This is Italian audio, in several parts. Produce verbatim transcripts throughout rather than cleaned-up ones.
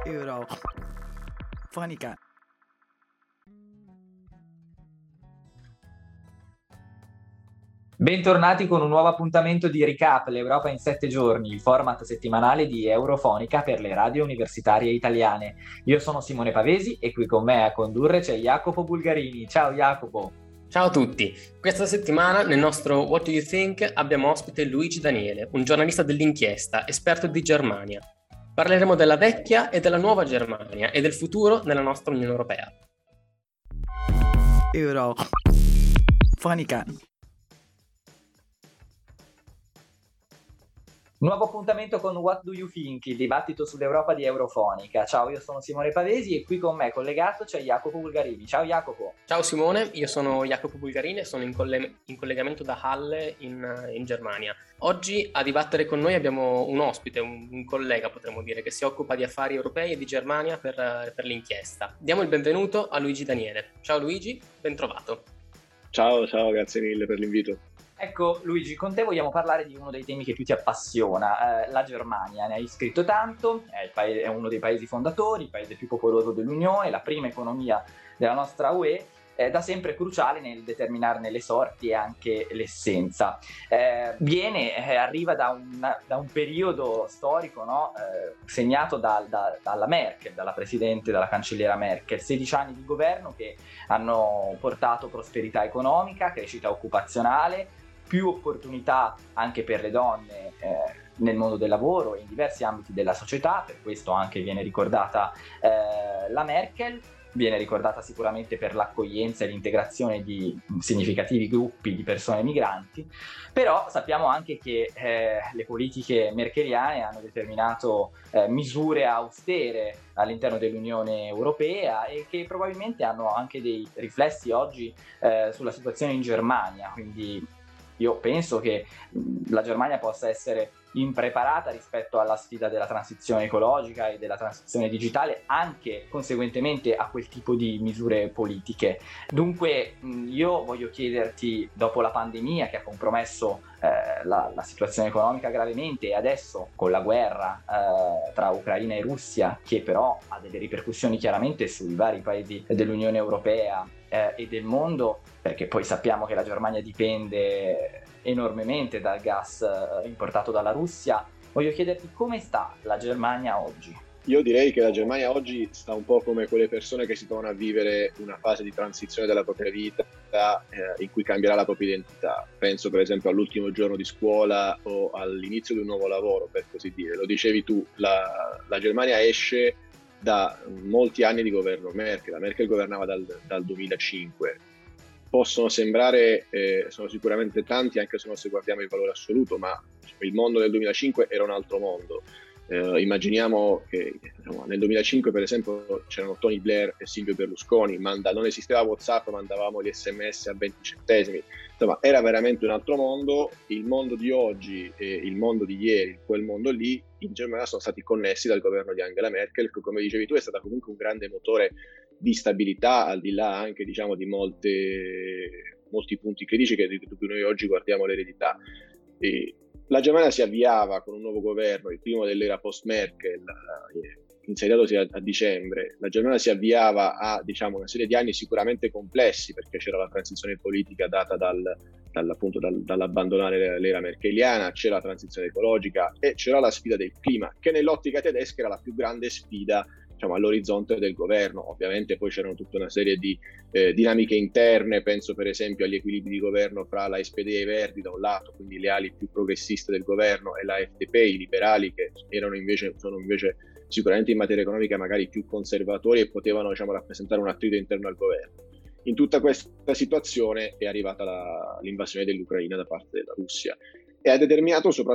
Eurofonica. Bentornati con un nuovo appuntamento di Recap, l'Europa in sette giorni, il format settimanale di Eurofonica per le radio universitarie italiane. Io sono Simone Pavesi e qui con me a condurre c'è Jacopo Bulgarini. Ciao Jacopo! Ciao a tutti! Questa settimana nel nostro What Do You Think abbiamo ospite Luigi Daniele, un giornalista dell'inchiesta, esperto di Germania. Parleremo della vecchia e della nuova Germania e del futuro nella nostra Unione Europea. Eurofonica. Nuovo appuntamento con What Do You Think, il dibattito sull'Europa di Eurofonica. Ciao, io sono Simone Pavesi e qui con me collegato c'è Jacopo Bulgarini. Ciao Jacopo. Ciao Simone, io sono Jacopo Bulgarini e sono in, coll- in collegamento da Halle in, in Germania. Oggi a dibattere con noi abbiamo un ospite, un, un collega potremmo dire, che si occupa di affari europei e di Germania per, per l'inchiesta. Diamo il benvenuto a Luigi Daniele. Ciao Luigi, ben trovato. Ciao, ciao, grazie mille per l'invito. Ecco Luigi, con te vogliamo parlare di uno dei temi che più ti appassiona, eh, la Germania. Ne hai scritto tanto, è, il paese, è uno dei paesi fondatori, il paese più popoloso dell'Unione, la prima economia della nostra U E, eh, da sempre cruciale nel determinarne le sorti e anche l'essenza. Eh, viene, eh, arriva da un, da un periodo storico, no? eh, segnato da, da, dalla Merkel, dalla presidente, dalla cancelliera Merkel, sedici anni di governo che hanno portato prosperità economica, crescita occupazionale, più opportunità anche per le donne eh, nel mondo del lavoro e in diversi ambiti della società. Per questo anche viene ricordata eh, la Merkel, viene ricordata sicuramente per l'accoglienza e l'integrazione di significativi gruppi di persone migranti, però sappiamo anche che eh, le politiche merkeliane hanno determinato eh, misure austere all'interno dell'Unione Europea e che probabilmente hanno anche dei riflessi oggi eh, sulla situazione in Germania, quindi io penso che la Germania possa essere impreparata rispetto alla sfida della transizione ecologica e della transizione digitale, anche conseguentemente a quel tipo di misure politiche. Dunque io voglio chiederti, dopo la pandemia che ha compromesso eh, la, la situazione economica gravemente e adesso con la guerra eh, tra Ucraina e Russia, che però ha delle ripercussioni chiaramente sui vari paesi dell'Unione Europea eh, e del mondo, perché poi sappiamo che la Germania dipende enormemente dal gas eh, importato dalla Russia, voglio chiederti come sta la Germania oggi? Io direi che la Germania oggi sta un po' come quelle persone che si trovano a vivere una fase di transizione della propria vita eh, in cui cambierà la propria identità. Penso per esempio all'ultimo giorno di scuola o all'inizio di un nuovo lavoro, per così dire. Lo dicevi tu, la, la Germania esce da molti anni di governo Merkel. La Merkel governava dal, dal duemilacinque. Possono sembrare, eh, sono sicuramente tanti anche se non se guardiamo il valore assoluto, ma il mondo del duemilacinque era un altro mondo. Eh, immaginiamo che insomma, nel duemilacinque per esempio c'erano Tony Blair e Silvio Berlusconi, manda, non esisteva WhatsApp, mandavamo gli sms a venti centesimi, insomma era veramente un altro mondo. Il mondo di oggi e il mondo di ieri, quel mondo lì, in Germania sono stati connessi dal governo di Angela Merkel, che come dicevi tu è stata comunque un grande motore di stabilità, al di là anche diciamo di molte, molti punti critici che, di cui noi oggi guardiamo l'eredità. E la Germania si avviava con un nuovo governo, il primo dell'era post-Merkel, insediatosi a, a dicembre. La Germania si avviava a diciamo, una serie di anni sicuramente complessi, perché c'era la transizione politica data dal, dal, appunto, dal, dall'abbandonare l'era merkeliana, c'era la transizione ecologica e c'era la sfida del clima, che nell'ottica tedesca era la più grande sfida diciamo, all'orizzonte del governo. Ovviamente poi c'erano tutta una serie di eh, dinamiche interne, penso per esempio agli equilibri di governo fra la S P D e i Verdi da un lato, quindi le ali più progressiste del governo, e la F D P, i liberali, che erano invece, sono invece sicuramente in materia economica magari più conservatori e potevano diciamo, rappresentare un attrito interno al governo. In tutta questa situazione è arrivata la, l'invasione dell'Ucraina da parte della Russia e ha determinato, sopra,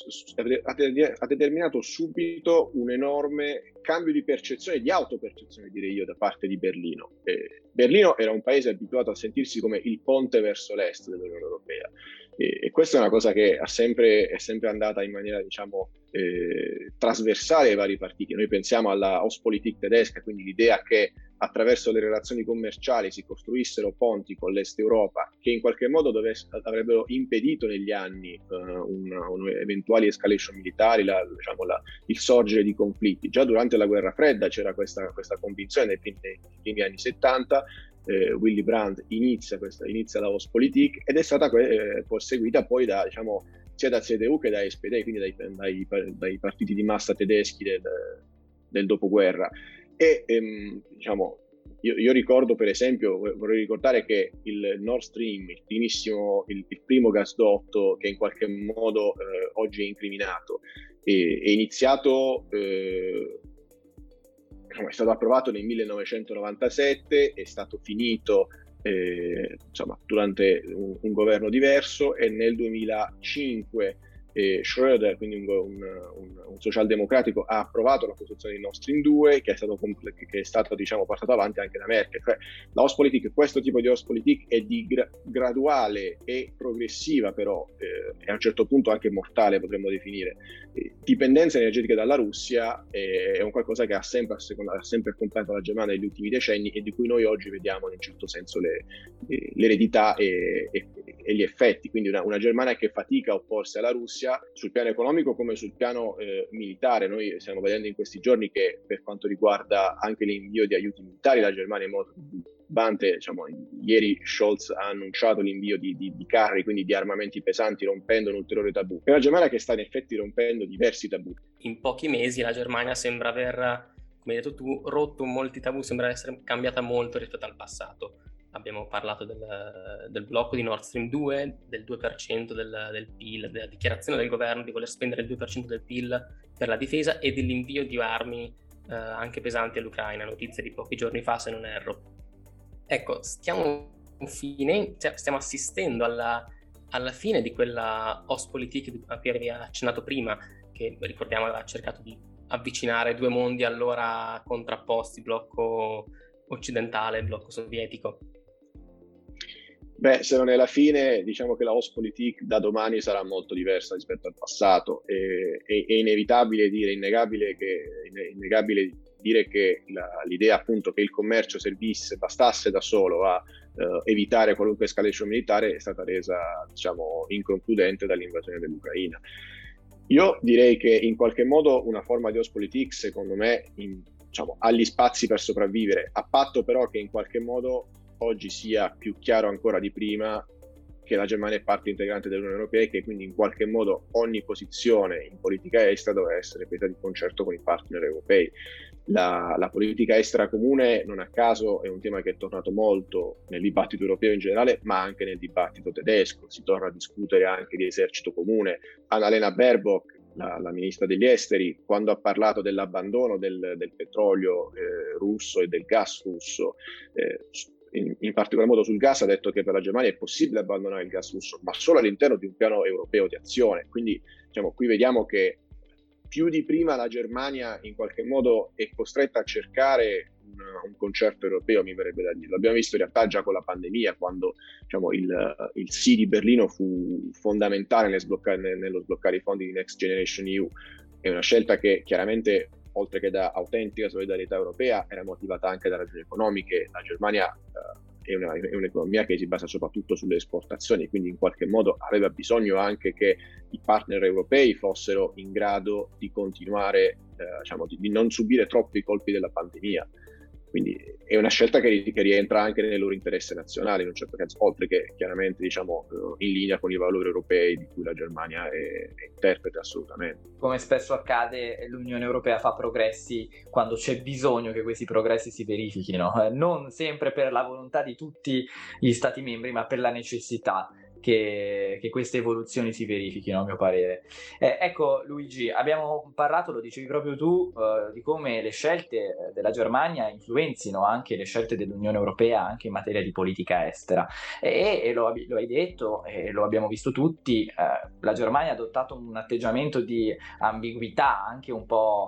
ha determinato subito un enorme cambio di percezione, di autopercezione direi io, da parte di Berlino. Eh, Berlino era un paese abituato a sentirsi come il ponte verso l'est dell'Unione Europea e, e questa è una cosa che ha sempre, è sempre andata in maniera diciamo eh, trasversale ai vari partiti. Noi pensiamo alla Ostpolitik tedesca, quindi l'idea che attraverso le relazioni commerciali si costruissero ponti con l'Est Europa che in qualche modo dovess- avrebbero impedito negli anni uh, un, un eventuali escalation militari, la, diciamo, la, il sorgere di conflitti. Già durante la guerra fredda c'era questa, questa convinzione nei primi, nei primi anni settanta. eh, Willy Brandt inizia, questa, inizia la Ostpolitik ed è stata eh, seguita poi da, diciamo, sia da C D U che da S P D, quindi dai, dai, dai partiti di massa tedeschi del, del dopoguerra. E ehm, diciamo, io, io ricordo per esempio, vorrei ricordare che il Nord Stream, il primissimo, il, il primo gasdotto che in qualche modo eh, oggi è incriminato, è, è iniziato, eh, diciamo, è stato approvato nel millenovecentonovantasette, è stato finito eh, insomma, durante un, un governo diverso, e nel duemilacinque eh, Schröder, quindi un, un, un, un socialdemocratico, ha approvato la costruzione di Nord Stream due, che è stato, che è stato diciamo, portato avanti anche da Merkel. Cioè, la Ostpolitik, questo tipo di Ostpolitik è di gra- graduale e progressiva, però eh, e a un certo punto anche mortale, potremmo definire. Eh, dipendenza energetica dalla Russia eh, è un qualcosa che ha sempre, ha sempre accompagnato la Germania negli ultimi decenni e di cui noi oggi vediamo in un certo senso le, eh, l'eredità e, e, e gli effetti. Quindi una, una Germania che fatica a opporsi alla Russia sul piano economico come sul piano eh, militare. Noi stiamo vedendo in questi giorni che per quanto riguarda anche l'invio di aiuti militari la Germania è molto titubante. Diciamo, ieri Scholz ha annunciato l'invio di, di, di carri, quindi di armamenti pesanti, rompendo un ulteriore tabù. È una Germania che sta in effetti rompendo diversi tabù. In pochi mesi la Germania sembra aver, come hai detto tu, rotto molti tabù, sembra essere cambiata molto rispetto al passato. Abbiamo parlato del, del blocco di Nord Stream due, del due per cento del, del P I L, della dichiarazione del governo di voler spendere il due per cento del P I L per la difesa e dell'invio di armi eh, anche pesanti all'Ucraina, notizie di pochi giorni fa se non erro. Ecco, stiamo, fine, cioè, stiamo assistendo alla, alla fine di quella Ostpolitik a cui avevi accennato prima, che ricordiamo aveva cercato di avvicinare due mondi allora contrapposti, blocco occidentale e blocco sovietico. Beh, se non è la fine, diciamo che la Ostpolitik da domani sarà molto diversa rispetto al passato. E, è, è inevitabile dire, innegabile che, è innegabile dire che la, l'idea appunto che il commercio servisse, bastasse da solo a uh, evitare qualunque escalation militare è stata resa, diciamo, inconcludente dall'invasione dell'Ucraina. Io direi che in qualche modo una forma di Ostpolitik, secondo me, in, diciamo, ha gli spazi per sopravvivere, a patto però che in qualche modo oggi sia più chiaro ancora di prima che la Germania è parte integrante dell'Unione Europea e che quindi in qualche modo ogni posizione in politica estera dovrà essere presa di concerto con i partner europei. La, la politica estera comune, non a caso, è un tema che è tornato molto nel dibattito europeo in generale, ma anche nel dibattito tedesco. Si torna a discutere anche di esercito comune. Annalena Baerbock, la, la ministra degli esteri, quando ha parlato dell'abbandono del, del petrolio eh, russo e del gas russo, eh, In, in particolar modo sul gas, ha detto che per la Germania è possibile abbandonare il gas russo, ma solo all'interno di un piano europeo di azione. Quindi diciamo, qui vediamo che più di prima la Germania in qualche modo è costretta a cercare un, un concerto europeo, mi verrebbe da dire. L'abbiamo visto in realtà già con la pandemia, quando diciamo, il, il sì di Berlino fu fondamentale nel sbloccare, nello sbloccare i fondi di Next Generation E U. È una scelta che chiaramente, oltre che da autentica solidarietà europea, era motivata anche da ragioni economiche. La Germania uh, è, una, è un'economia che si basa soprattutto sulle esportazioni, quindi in qualche modo aveva bisogno anche che i partner europei fossero in grado di continuare, uh, diciamo, di, di non subire troppi colpi della pandemia. Quindi è una scelta che, che rientra anche nel loro interesse nazionale, in un certo senso, oltre che chiaramente diciamo, in linea con i valori europei di cui la Germania è, è interprete assolutamente. Come spesso accade, l'Unione Europea fa progressi quando c'è bisogno che questi progressi si verifichino, eh, non sempre per la volontà di tutti gli Stati membri, ma per la necessità che, che queste evoluzioni si verifichino, a mio parere. Eh, ecco Luigi, abbiamo parlato, lo dicevi proprio tu, eh, di come le scelte della Germania influenzino anche le scelte dell'Unione Europea anche in materia di politica estera e, e lo, lo hai detto e lo abbiamo visto tutti, eh, la Germania ha adottato un atteggiamento di ambiguità anche un po'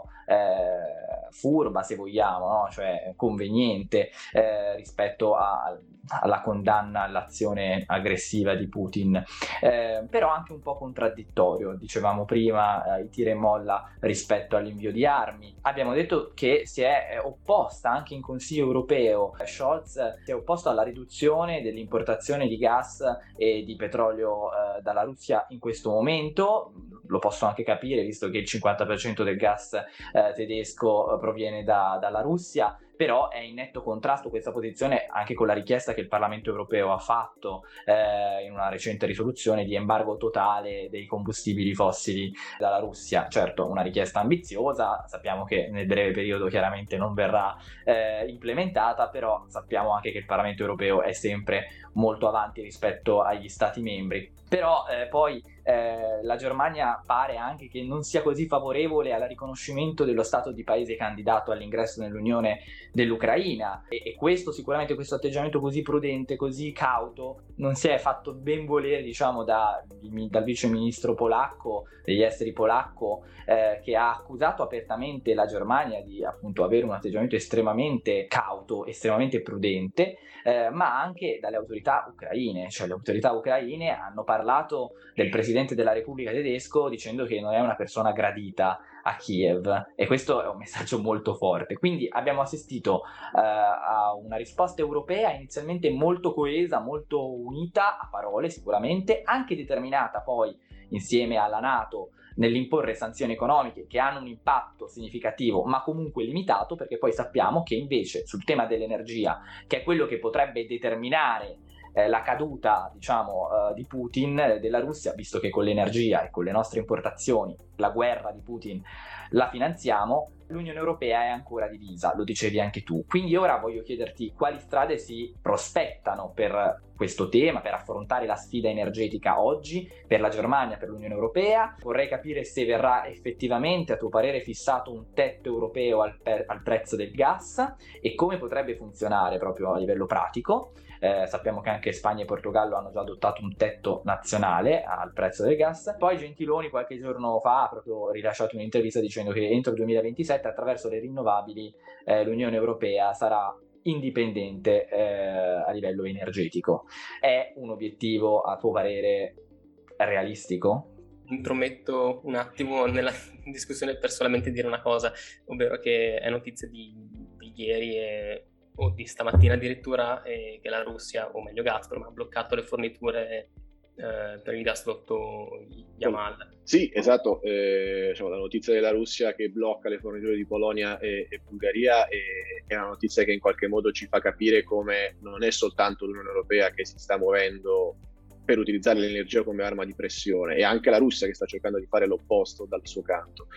eh, furba, se vogliamo, no? Cioè conveniente eh, rispetto a, alla condanna all'azione aggressiva di Putin, eh, però anche un po' contraddittorio. Dicevamo prima, eh, i tira e molla rispetto all'invio di armi. Abbiamo detto che si è opposta anche in Consiglio europeo, Scholz si è opposto alla riduzione dell'importazione di gas e di petrolio eh, dalla Russia in questo momento. Lo posso anche capire, visto che il cinquanta per cento del gas eh, tedesco eh, proviene da, dalla Russia, però è in netto contrasto questa posizione anche con la richiesta che il Parlamento europeo ha fatto eh, in una recente risoluzione di embargo totale dei combustibili fossili dalla Russia. Certo, una richiesta ambiziosa, sappiamo che nel breve periodo chiaramente non verrà eh, implementata, però sappiamo anche che il Parlamento europeo è sempre molto avanti rispetto agli Stati membri. Però eh, poi eh, la Germania pare anche che non sia così favorevole al riconoscimento dello stato di paese candidato all'ingresso nell'Unione dell'Ucraina, e, e questo sicuramente, questo atteggiamento così prudente, così cauto, non si è fatto ben volere, diciamo, da, di, dal vice ministro polacco degli esteri polacco, eh, che ha accusato apertamente la Germania di appunto avere un atteggiamento estremamente cauto, estremamente prudente, eh, ma anche dalle autorità ucraine. Cioè le autorità ucraine hanno parlato del presidente della Repubblica tedesco dicendo che non è una persona gradita a Kiev, e questo è un messaggio molto forte. Quindi abbiamo assistito uh, a una risposta europea inizialmente molto coesa, molto unita a parole sicuramente, anche determinata poi insieme alla NATO nell'imporre sanzioni economiche che hanno un impatto significativo ma comunque limitato, perché poi sappiamo che invece sul tema dell'energia, che è quello che potrebbe determinare eh, la caduta, diciamo, uh, di Putin, eh, della Russia, visto che con l'energia e con le nostre importazioni la guerra di Putin la finanziamo, l'Unione Europea è ancora divisa, lo dicevi anche tu. Quindi ora voglio chiederti quali strade si prospettano per questo tema, per affrontare la sfida energetica oggi, per la Germania, per l'Unione Europea. Vorrei capire se verrà effettivamente, a tuo parere, fissato un tetto europeo al, per, al prezzo del gas, e come potrebbe funzionare proprio a livello pratico. Eh, sappiamo che anche Spagna e Portogallo hanno già adottato un tetto nazionale al prezzo del gas. Poi Gentiloni qualche giorno fa ha proprio rilasciato un'intervista dicendo che entro il duemilaventisette, attraverso le rinnovabili, eh, l'Unione Europea sarà indipendente eh, a livello energetico. È un obiettivo, a tuo parere, realistico? Intrometto un attimo nella discussione per solamente dire una cosa, ovvero che è notizia di, di ieri e, o di stamattina addirittura eh, che la Russia, o meglio Gazprom, ha bloccato le forniture eh, per il gasdotto Yamal. Sì, esatto, eh, diciamo, la notizia della Russia che blocca le forniture di Polonia e, e Bulgaria è, è una notizia che in qualche modo ci fa capire come non è soltanto l'Unione Europea che si sta muovendo per utilizzare l'energia come arma di pressione, è anche la Russia che sta cercando di fare l'opposto dal suo canto.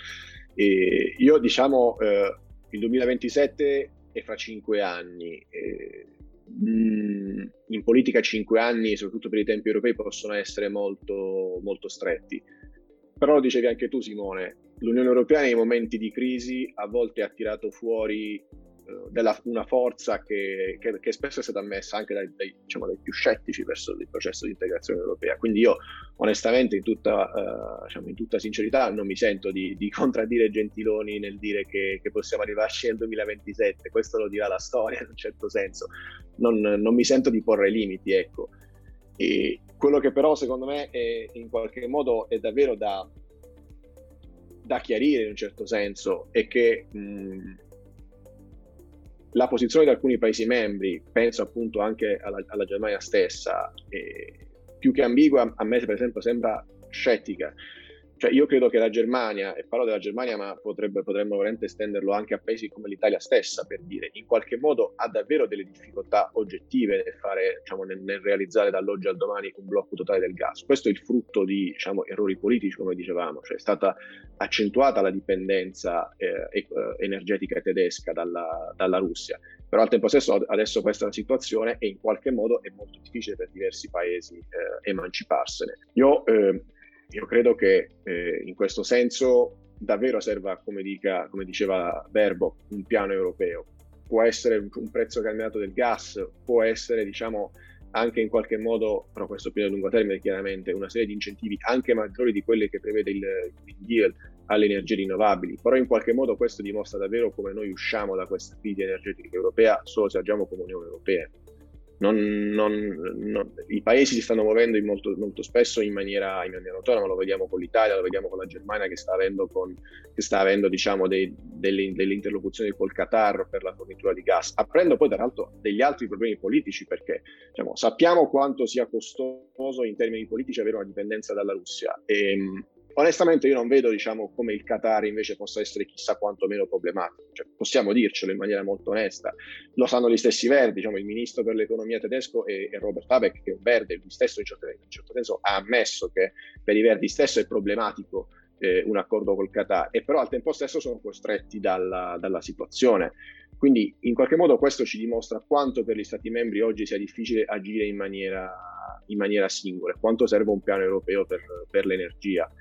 E io diciamo eh, il duemilaventisette è fra cinque anni. Eh, in politica cinque anni, soprattutto per i tempi europei, possono essere molto, molto stretti. Però lo dicevi anche tu, Simone, l'Unione Europea nei momenti di crisi a volte ha tirato fuori eh, della, una forza che, che, che spesso è stata ammessa anche dai, dai, diciamo, dai più scettici verso il processo di integrazione europea. Quindi io onestamente, in tutta, uh, diciamo, in tutta sincerità, non mi sento di, di contraddire Gentiloni nel dire che, che possiamo arrivarci nel duemilaventisette. Questo lo dirà la storia in un certo senso. Non, non mi sento di porre limiti, ecco. E quello che però secondo me è, in qualche modo è davvero da, da chiarire in un certo senso è che mh, la posizione di alcuni Paesi membri, penso appunto anche alla, alla Germania stessa, è più che ambigua, a me per esempio sembra scettica. Cioè io credo che la Germania, e parlo della Germania ma potrebbe, potremmo veramente estenderlo anche a paesi come l'Italia stessa, per dire, in qualche modo ha davvero delle difficoltà oggettive nel fare, diciamo, nel, nel realizzare dall'oggi al domani un blocco totale del gas. Questo è il frutto di, diciamo, errori politici, come dicevamo, cioè è stata accentuata la dipendenza eh, energetica tedesca dalla, dalla Russia. Però al tempo stesso adesso questa è la situazione e in qualche modo è molto difficile per diversi paesi eh, emanciparsene. Io eh, Io credo che eh, in questo senso davvero serva, come, dica, come diceva Verbo, un piano europeo. Può essere un prezzo calmierato del gas, può essere, diciamo, anche in qualche modo, però questo più a lungo termine chiaramente, una serie di incentivi anche maggiori di quelli che prevede il Green Deal alle energie rinnovabili, però in qualche modo questo dimostra davvero come noi usciamo da questa crisi energetica europea solo se agiamo come Unione Europea. Non, non, non, i paesi si stanno muovendo in molto, molto spesso in maniera, in maniera autonoma, lo vediamo con l'Italia, lo vediamo con la Germania che sta avendo, con, che sta avendo diciamo, dei, delle, delle interlocuzioni col Qatar per la fornitura di gas, aprendo poi tra l'altro degli altri problemi politici, perché diciamo, sappiamo quanto sia costoso in termini politici avere una dipendenza dalla Russia e onestamente io non vedo diciamo, come il Qatar invece possa essere chissà quanto meno problematico, cioè, possiamo dircelo in maniera molto onesta, lo sanno gli stessi verdi, diciamo, il ministro per l'economia tedesco è, è Robert Habeck, che è un verde, lui stesso in certo, in certo senso ha ammesso che per i verdi stesso è problematico eh, un accordo col Qatar, e però al tempo stesso sono costretti dalla, dalla situazione. Quindi in qualche modo questo ci dimostra quanto per gli Stati membri oggi sia difficile agire in maniera, in maniera singola, quanto serve un piano europeo per, per l'energia.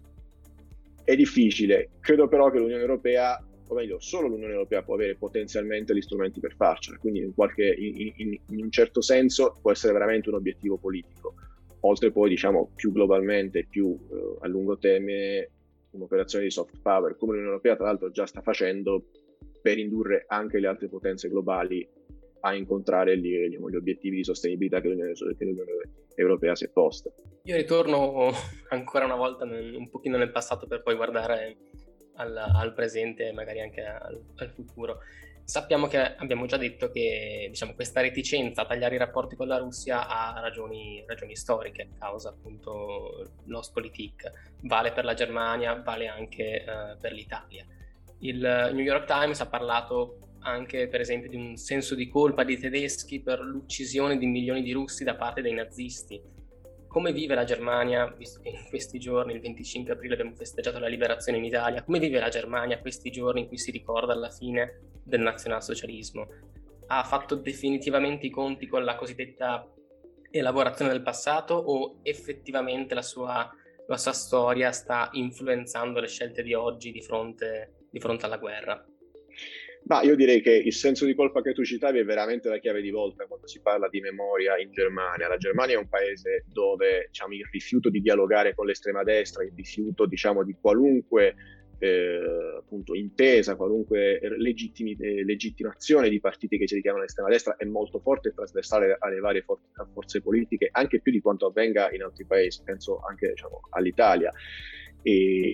È difficile, credo però che l'Unione Europea, o meglio, solo l'Unione Europea può avere potenzialmente gli strumenti per farcela, quindi in, qualche, in, in, in un certo senso può essere veramente un obiettivo politico, oltre poi diciamo più globalmente, più eh, a lungo termine, un'operazione di soft power, come l'Unione Europea tra l'altro già sta facendo per indurre anche le altre potenze globali a incontrare gli, gli obiettivi di sostenibilità che l'Unione, che l'Unione Europea si è posta. Io ritorno ancora una volta nel, un pochino nel passato per poi guardare al, al presente e magari anche al, al futuro. Sappiamo che abbiamo già detto che diciamo, questa reticenza a tagliare i rapporti con la Russia ha ragioni, ragioni storiche, causa appunto l'Ostpolitik, vale per la Germania, vale anche uh, per l'Italia. Il New York Times ha parlato anche per esempio di un senso di colpa dei tedeschi per l'uccisione di milioni di russi da parte dei nazisti. Come vive la Germania, visto che in questi giorni, il venticinque aprile, abbiamo festeggiato la liberazione in Italia, come vive la Germania questi giorni in cui si ricorda la fine del nazionalsocialismo? Ha fatto definitivamente i conti con la cosiddetta elaborazione del passato o effettivamente la sua, la sua storia sta influenzando le scelte di oggi di fronte, di fronte alla guerra? Ma io direi che il senso di colpa che tu citavi è veramente la chiave di volta quando si parla di memoria in Germania. La Germania è un paese dove diciamo, il rifiuto di dialogare con l'estrema destra, il rifiuto diciamo, di qualunque eh, appunto, intesa, qualunque legittimi, eh, legittimazione di partiti che si richiamano all'estrema destra è molto forte e trasversale alle varie for- forze politiche, anche più di quanto avvenga in altri paesi, penso anche diciamo, all'Italia. E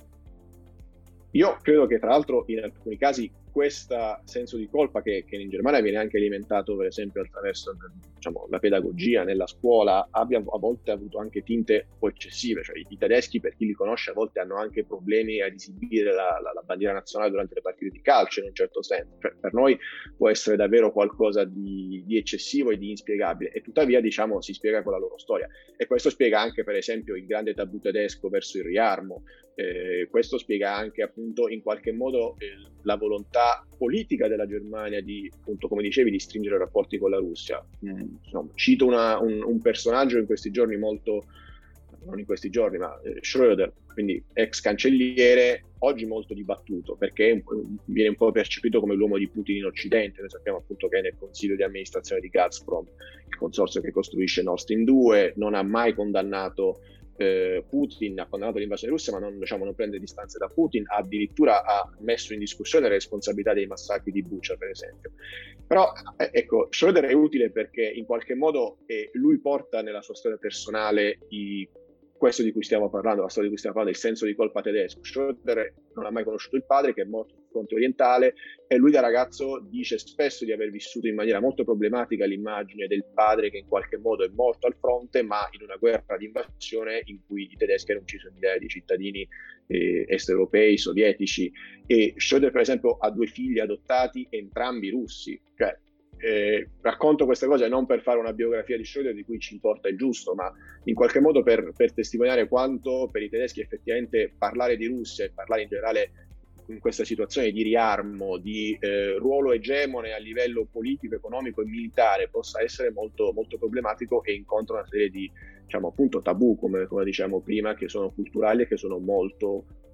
io credo che tra l'altro in alcuni casi questo senso di colpa che, che in Germania viene anche alimentato per esempio attraverso diciamo, la pedagogia nella scuola abbia a volte avuto anche tinte un po' eccessive, cioè i, i tedeschi per chi li conosce a volte hanno anche problemi ad esibire la, la, la bandiera nazionale durante le partite di calcio in un certo senso, cioè, per noi può essere davvero qualcosa di, di eccessivo e di inspiegabile e tuttavia diciamo si spiega con la loro storia e questo spiega anche per esempio il grande tabù tedesco verso il riarmo, eh, questo spiega anche appunto in qualche modo eh, la volontà politica della Germania di, appunto, come dicevi, di stringere rapporti con la Russia. Mm, insomma, cito una, un, un personaggio in questi giorni molto, non in questi giorni, ma eh, Schröder, quindi ex cancelliere, oggi molto dibattuto, perché viene un po' percepito come l'uomo di Putin in Occidente. Noi sappiamo appunto che è nel consiglio di amministrazione di Gazprom, il consorzio che costruisce Nord Stream due, non ha mai condannato Eh, Putin, ha condannato l'invasione russa ma non, diciamo, non prende distanze da Putin, addirittura ha messo in discussione le responsabilità dei massacri di Bucha per esempio. Però eh, ecco, Schröder è utile perché in qualche modo eh, lui porta nella sua storia personale i, questo di cui stiamo parlando, la storia di cui stiamo parlando, il senso di colpa tedesco. Schröder non ha mai conosciuto il padre che è morto sul fronte orientale e lui da ragazzo dice spesso di aver vissuto in maniera molto problematica l'immagine del padre che in qualche modo è morto al fronte ma in una guerra di invasione in cui i tedeschi hanno ucciso migliaia di cittadini eh, est europei, sovietici e Schröder per esempio ha due figli adottati entrambi russi, cioè Eh, racconto queste cose non per fare una biografia di Schröder di cui ci importa il giusto, ma in qualche modo per, per testimoniare quanto per i tedeschi effettivamente parlare di Russia e parlare in generale in questa situazione di riarmo, di eh, ruolo egemone a livello politico, economico e militare possa essere molto, molto problematico e incontra una serie di diciamo appunto tabù come, come diciamo prima che sono culturali e che sono molto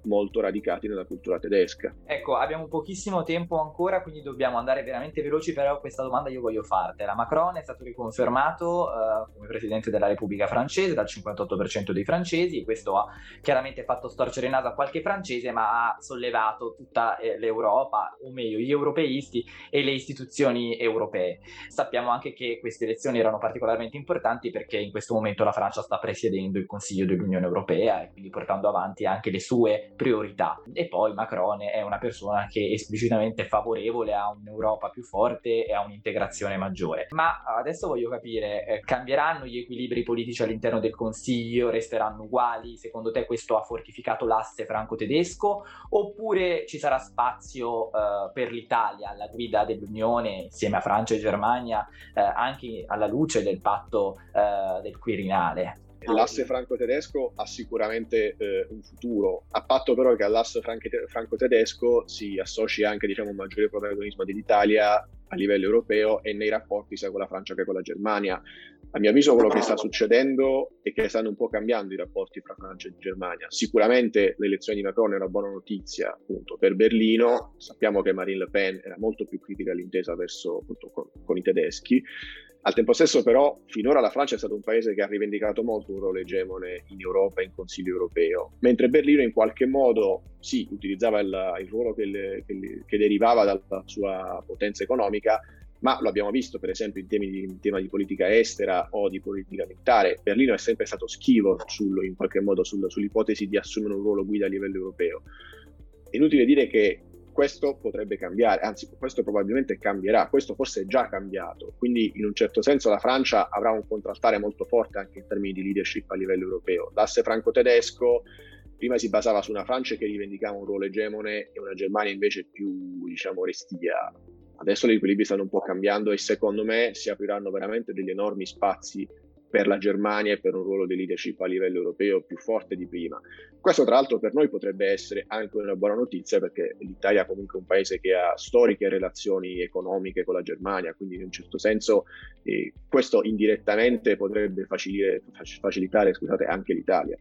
molto radicati nella cultura tedesca. Ecco, abbiamo pochissimo tempo ancora, quindi dobbiamo andare veramente veloci, però questa domanda io voglio fartela. Macron è stato riconfermato uh, come presidente della Repubblica francese dal cinquantotto per cento dei francesi, e questo ha chiaramente fatto storcere il naso a qualche francese, ma ha sollevato tutta eh, l'Europa, o meglio gli europeisti e le istituzioni europee. Sappiamo anche che queste elezioni erano particolarmente importanti perché in questo momento la Francia sta presiedendo il Consiglio dell'Unione Europea e quindi portando avanti anche le sue priorità. E poi Macron è una persona che è esplicitamente favorevole a un'Europa più forte e a un'integrazione maggiore. Ma adesso voglio capire, eh, cambieranno gli equilibri politici all'interno del Consiglio? Resteranno uguali? Secondo te questo ha fortificato l'asse franco-tedesco, oppure ci sarà spazio eh, per l'Italia alla guida dell'Unione insieme a Francia e Germania, eh, anche alla luce del patto eh, del Quirinale? L'asse franco-tedesco ha sicuramente eh, un futuro, a patto però che all'asse franco-tedesco si associ anche, diciamo, un maggiore protagonismo dell'Italia a livello europeo e nei rapporti sia con la Francia che con la Germania. A mio avviso quello che sta succedendo è che stanno un po' cambiando i rapporti fra Francia e Germania. Sicuramente l'elezione di Macron è una buona notizia, appunto, per Berlino. Sappiamo che Marine Le Pen era molto più critica all'intesa verso, appunto, con, con i tedeschi. Al tempo stesso però finora la Francia è stato un paese che ha rivendicato molto un ruolo egemone in Europa e in Consiglio europeo, mentre Berlino in qualche modo sì, utilizzava il, il ruolo che, le, che, le, che derivava dalla sua potenza economica, ma lo abbiamo visto per esempio in, temi di, in tema di politica estera o di politica militare. Berlino è sempre stato schivo sul, in qualche modo sul, sull'ipotesi di assumere un ruolo guida a livello europeo. È inutile dire che questo potrebbe cambiare, anzi questo probabilmente cambierà, questo forse è già cambiato, quindi in un certo senso la Francia avrà un contraltare molto forte anche in termini di leadership a livello europeo. L'asse franco-tedesco prima si basava su una Francia che rivendicava un ruolo egemone e una Germania invece più, diciamo, restia. Adesso gli equilibri stanno un po' cambiando e secondo me si apriranno veramente degli enormi spazi per la Germania e per un ruolo di leadership a livello europeo più forte di prima. Questo tra l'altro per noi potrebbe essere anche una buona notizia, perché l'Italia è comunque un paese che ha storiche relazioni economiche con la Germania, quindi in un certo senso eh, questo indirettamente potrebbe facilitare, facilitare scusate, anche l'Italia.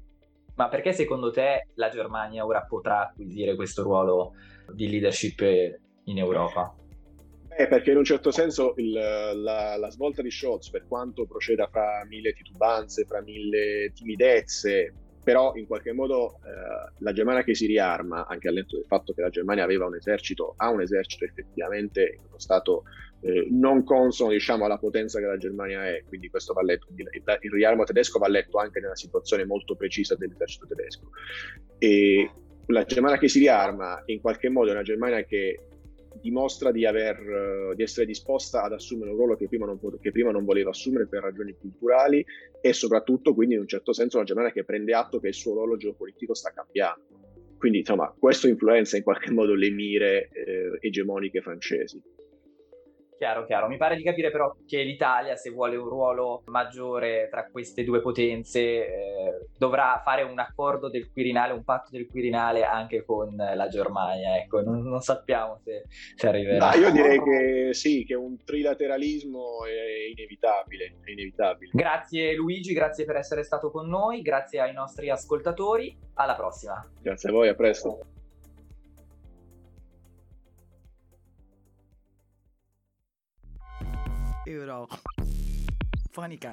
Ma perché secondo te la Germania ora potrà acquisire questo ruolo di leadership in Europa? Eh, perché in un certo senso il, la, la svolta di Scholz, per quanto proceda fra mille titubanze, fra mille timidezze, però in qualche modo eh, la Germania che si riarma, anche al netto del fatto che la Germania aveva un esercito, ha un esercito effettivamente in uno stato eh, non consono, diciamo, alla potenza che la Germania è, quindi questo va letto, il, il riarmo tedesco va letto anche nella situazione molto precisa dell'esercito tedesco. E la Germania che si riarma in qualche modo è una Germania che dimostra di, aver, di essere disposta ad assumere un ruolo che prima, non, che prima non voleva assumere per ragioni culturali, e soprattutto quindi in un certo senso una Germania che prende atto che il suo ruolo geopolitico sta cambiando. Quindi insomma questo influenza in qualche modo le mire eh, egemoniche francesi. Chiaro, chiaro. Mi pare di capire però che l'Italia, se vuole un ruolo maggiore tra queste due potenze, eh, dovrà fare un accordo del Quirinale, un patto del Quirinale anche con la Germania. Ecco, non, non sappiamo se, se arriverà. No, io direi che sì, che un trilateralismo è inevitabile, è inevitabile. Grazie Luigi, grazie per essere stato con noi, grazie ai nostri ascoltatori. Alla prossima. Grazie a voi, a presto. Eurofonica.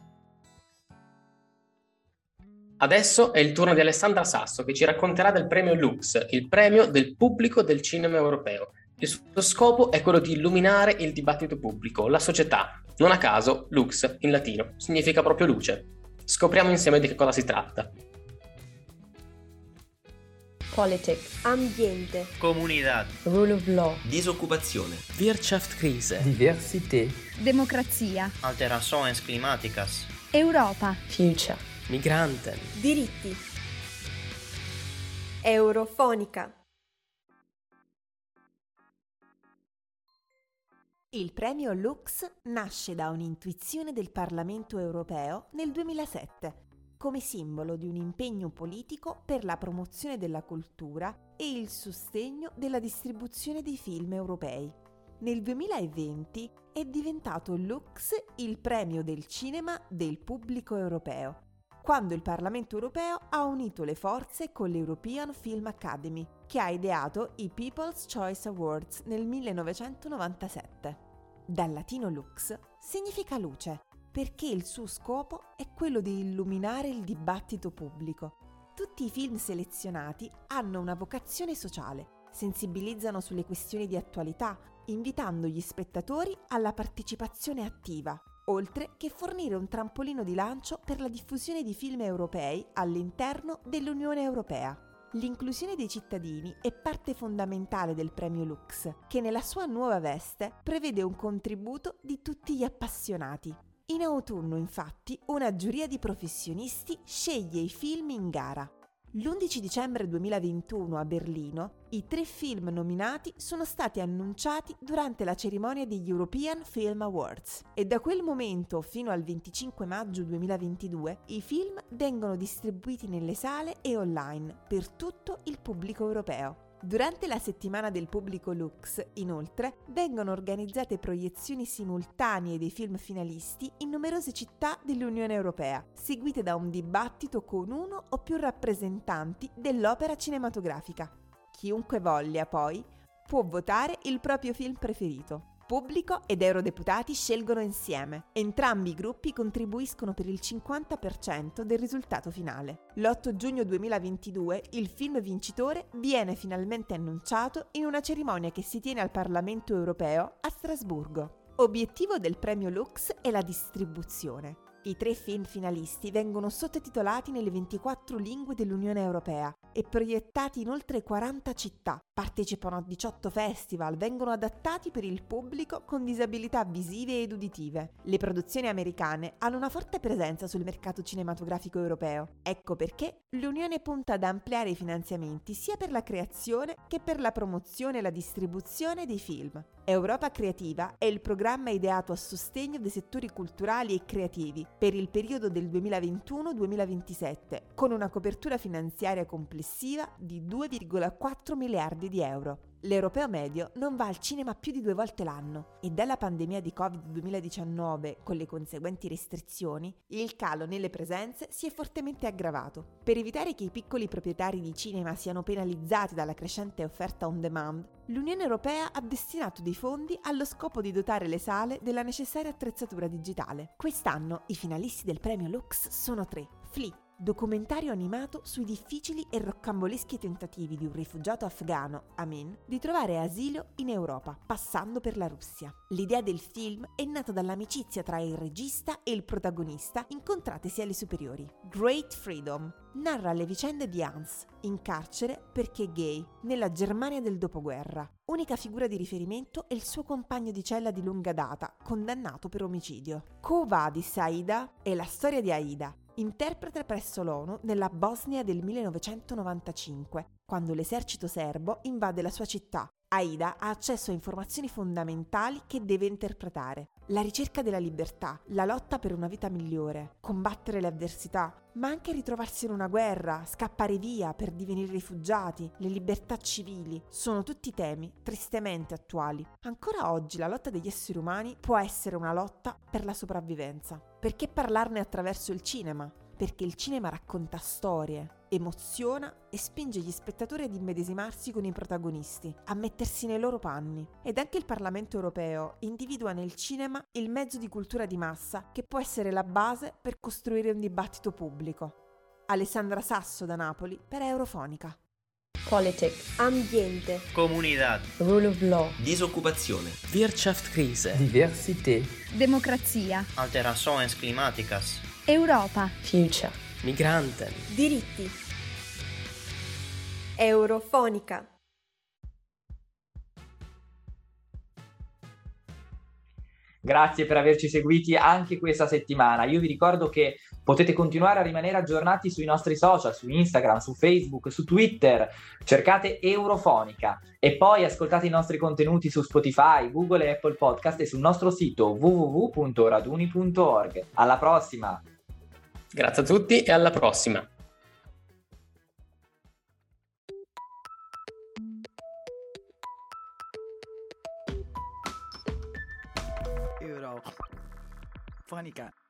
Adesso è il turno di Alessandra Sasso, che ci racconterà del premio Lux, il premio del pubblico del cinema europeo. Il suo scopo è quello di illuminare il dibattito pubblico, la società. Non a caso, Lux, in latino, significa proprio luce. Scopriamo insieme di che cosa si tratta. Politics, ambiente, comunità, rule of law, disoccupazione, Wirtschaftskrise, diversità, democrazia, alterações climáticas, Europa, future, migranten, diritti. Eurofonica. Il premio Lux nasce da un'intuizione del Parlamento europeo nel duemilasette, come simbolo di un impegno politico per la promozione della cultura e il sostegno della distribuzione dei film europei. Nel duemilaventi è diventato Lux il premio del cinema del pubblico europeo. quando il Parlamento europeo ha unito le forze con l'European Film Academy, che ha ideato i People's Choice Awards nel millenovecentonovantasette. Dal latino lux significa luce, perché il suo scopo è quello di illuminare il dibattito pubblico. Tutti i film selezionati hanno una vocazione sociale, sensibilizzano sulle questioni di attualità, invitando gli spettatori alla partecipazione attiva, oltre che fornire un trampolino di lancio per la diffusione di film europei all'interno dell'Unione Europea. L'inclusione dei cittadini è parte fondamentale del premio Lux, che nella sua nuova veste prevede un contributo di tutti gli appassionati. In autunno, infatti, una giuria di professionisti sceglie i film in gara. L'undici dicembre duemilaventuno a Berlino, i tre film nominati sono stati annunciati durante la cerimonia degli European Film Awards e da quel momento fino al venticinque maggio duemilaventidue i film vengono distribuiti nelle sale e online per tutto il pubblico europeo. Durante la settimana del pubblico Lux, inoltre, vengono organizzate proiezioni simultanee dei film finalisti in numerose città dell'Unione Europea, seguite da un dibattito con uno o più rappresentanti dell'opera cinematografica. Chiunque voglia, poi, può votare il proprio film preferito. Pubblico ed eurodeputati scelgono insieme. Entrambi i gruppi contribuiscono per il cinquanta per cento del risultato finale. L'otto giugno duemilaventidue il film vincitore viene finalmente annunciato in una cerimonia che si tiene al Parlamento europeo a Strasburgo. Obiettivo del premio Lux è la distribuzione. I tre film finalisti vengono sottotitolati nelle ventiquattro lingue dell'Unione Europea e proiettati in oltre quaranta città. Partecipano a diciotto festival, vengono adattati per il pubblico con disabilità visive ed uditive. Le produzioni americane hanno una forte presenza sul mercato cinematografico europeo. Ecco perché l'Unione punta ad ampliare i finanziamenti sia per la creazione che per la promozione e la distribuzione dei film. Europa Creativa è il programma ideato a sostegno dei settori culturali e creativi per il periodo del duemilaventuno duemilaventisette, con una copertura finanziaria complessiva di due virgola quattro miliardi di euro. L'europeo medio non va al cinema più di due volte l'anno e dalla pandemia di covid duemiladiciannove, con le conseguenti restrizioni, il calo nelle presenze si è fortemente aggravato. Per evitare che i piccoli proprietari di cinema siano penalizzati dalla crescente offerta on demand, l'Unione Europea ha destinato dei fondi allo scopo di dotare le sale della necessaria attrezzatura digitale. Quest'anno i finalisti del premio Lux sono tre. Flea, documentario animato sui difficili e roccamboleschi tentativi di un rifugiato afghano, Amin, di trovare asilo in Europa, passando per la Russia. L'idea del film è nata dall'amicizia tra il regista e il protagonista incontratesi alle superiori. Great Freedom narra le vicende di Hans, in carcere perché gay, nella Germania del dopoguerra. Unica figura di riferimento è il suo compagno di cella di lunga data, condannato per omicidio. Quo vadis Aida è la storia di Aida, interprete presso l'ONU nella Bosnia del millenovecentonovantacinque, quando l'esercito serbo invade la sua città. Aida ha accesso a informazioni fondamentali che deve interpretare. La ricerca della libertà, la lotta per una vita migliore, combattere le avversità, ma anche ritrovarsi in una guerra, scappare via per divenire rifugiati, le libertà civili, sono tutti temi tristemente attuali. Ancora oggi la lotta degli esseri umani può essere una lotta per la sopravvivenza. Perché parlarne attraverso il cinema? Perché il cinema racconta storie, emoziona e spinge gli spettatori ad immedesimarsi con i protagonisti, a mettersi nei loro panni. Ed anche il Parlamento europeo individua nel cinema il mezzo di cultura di massa che può essere la base per costruire un dibattito pubblico. Alessandra Sasso da Napoli per Eurofonica. Politics, ambiente, Comunidad. rule of law, Disoccupazione. Wirtschaftskrise. Diversität. Democrazia. Alterações climáticas. Europa. future, Migranten. diritti. Eurofonica. Grazie per averci seguiti anche questa settimana. Io vi ricordo che potete continuare a rimanere aggiornati sui nostri social, su Instagram, su Facebook, su Twitter. Cercate Eurofonica e poi ascoltate i nostri contenuti su Spotify, Google e Apple Podcast e sul nostro sito w w w punto raduni punto org. Alla prossima! Grazie a tutti e alla prossima. Eurofonica.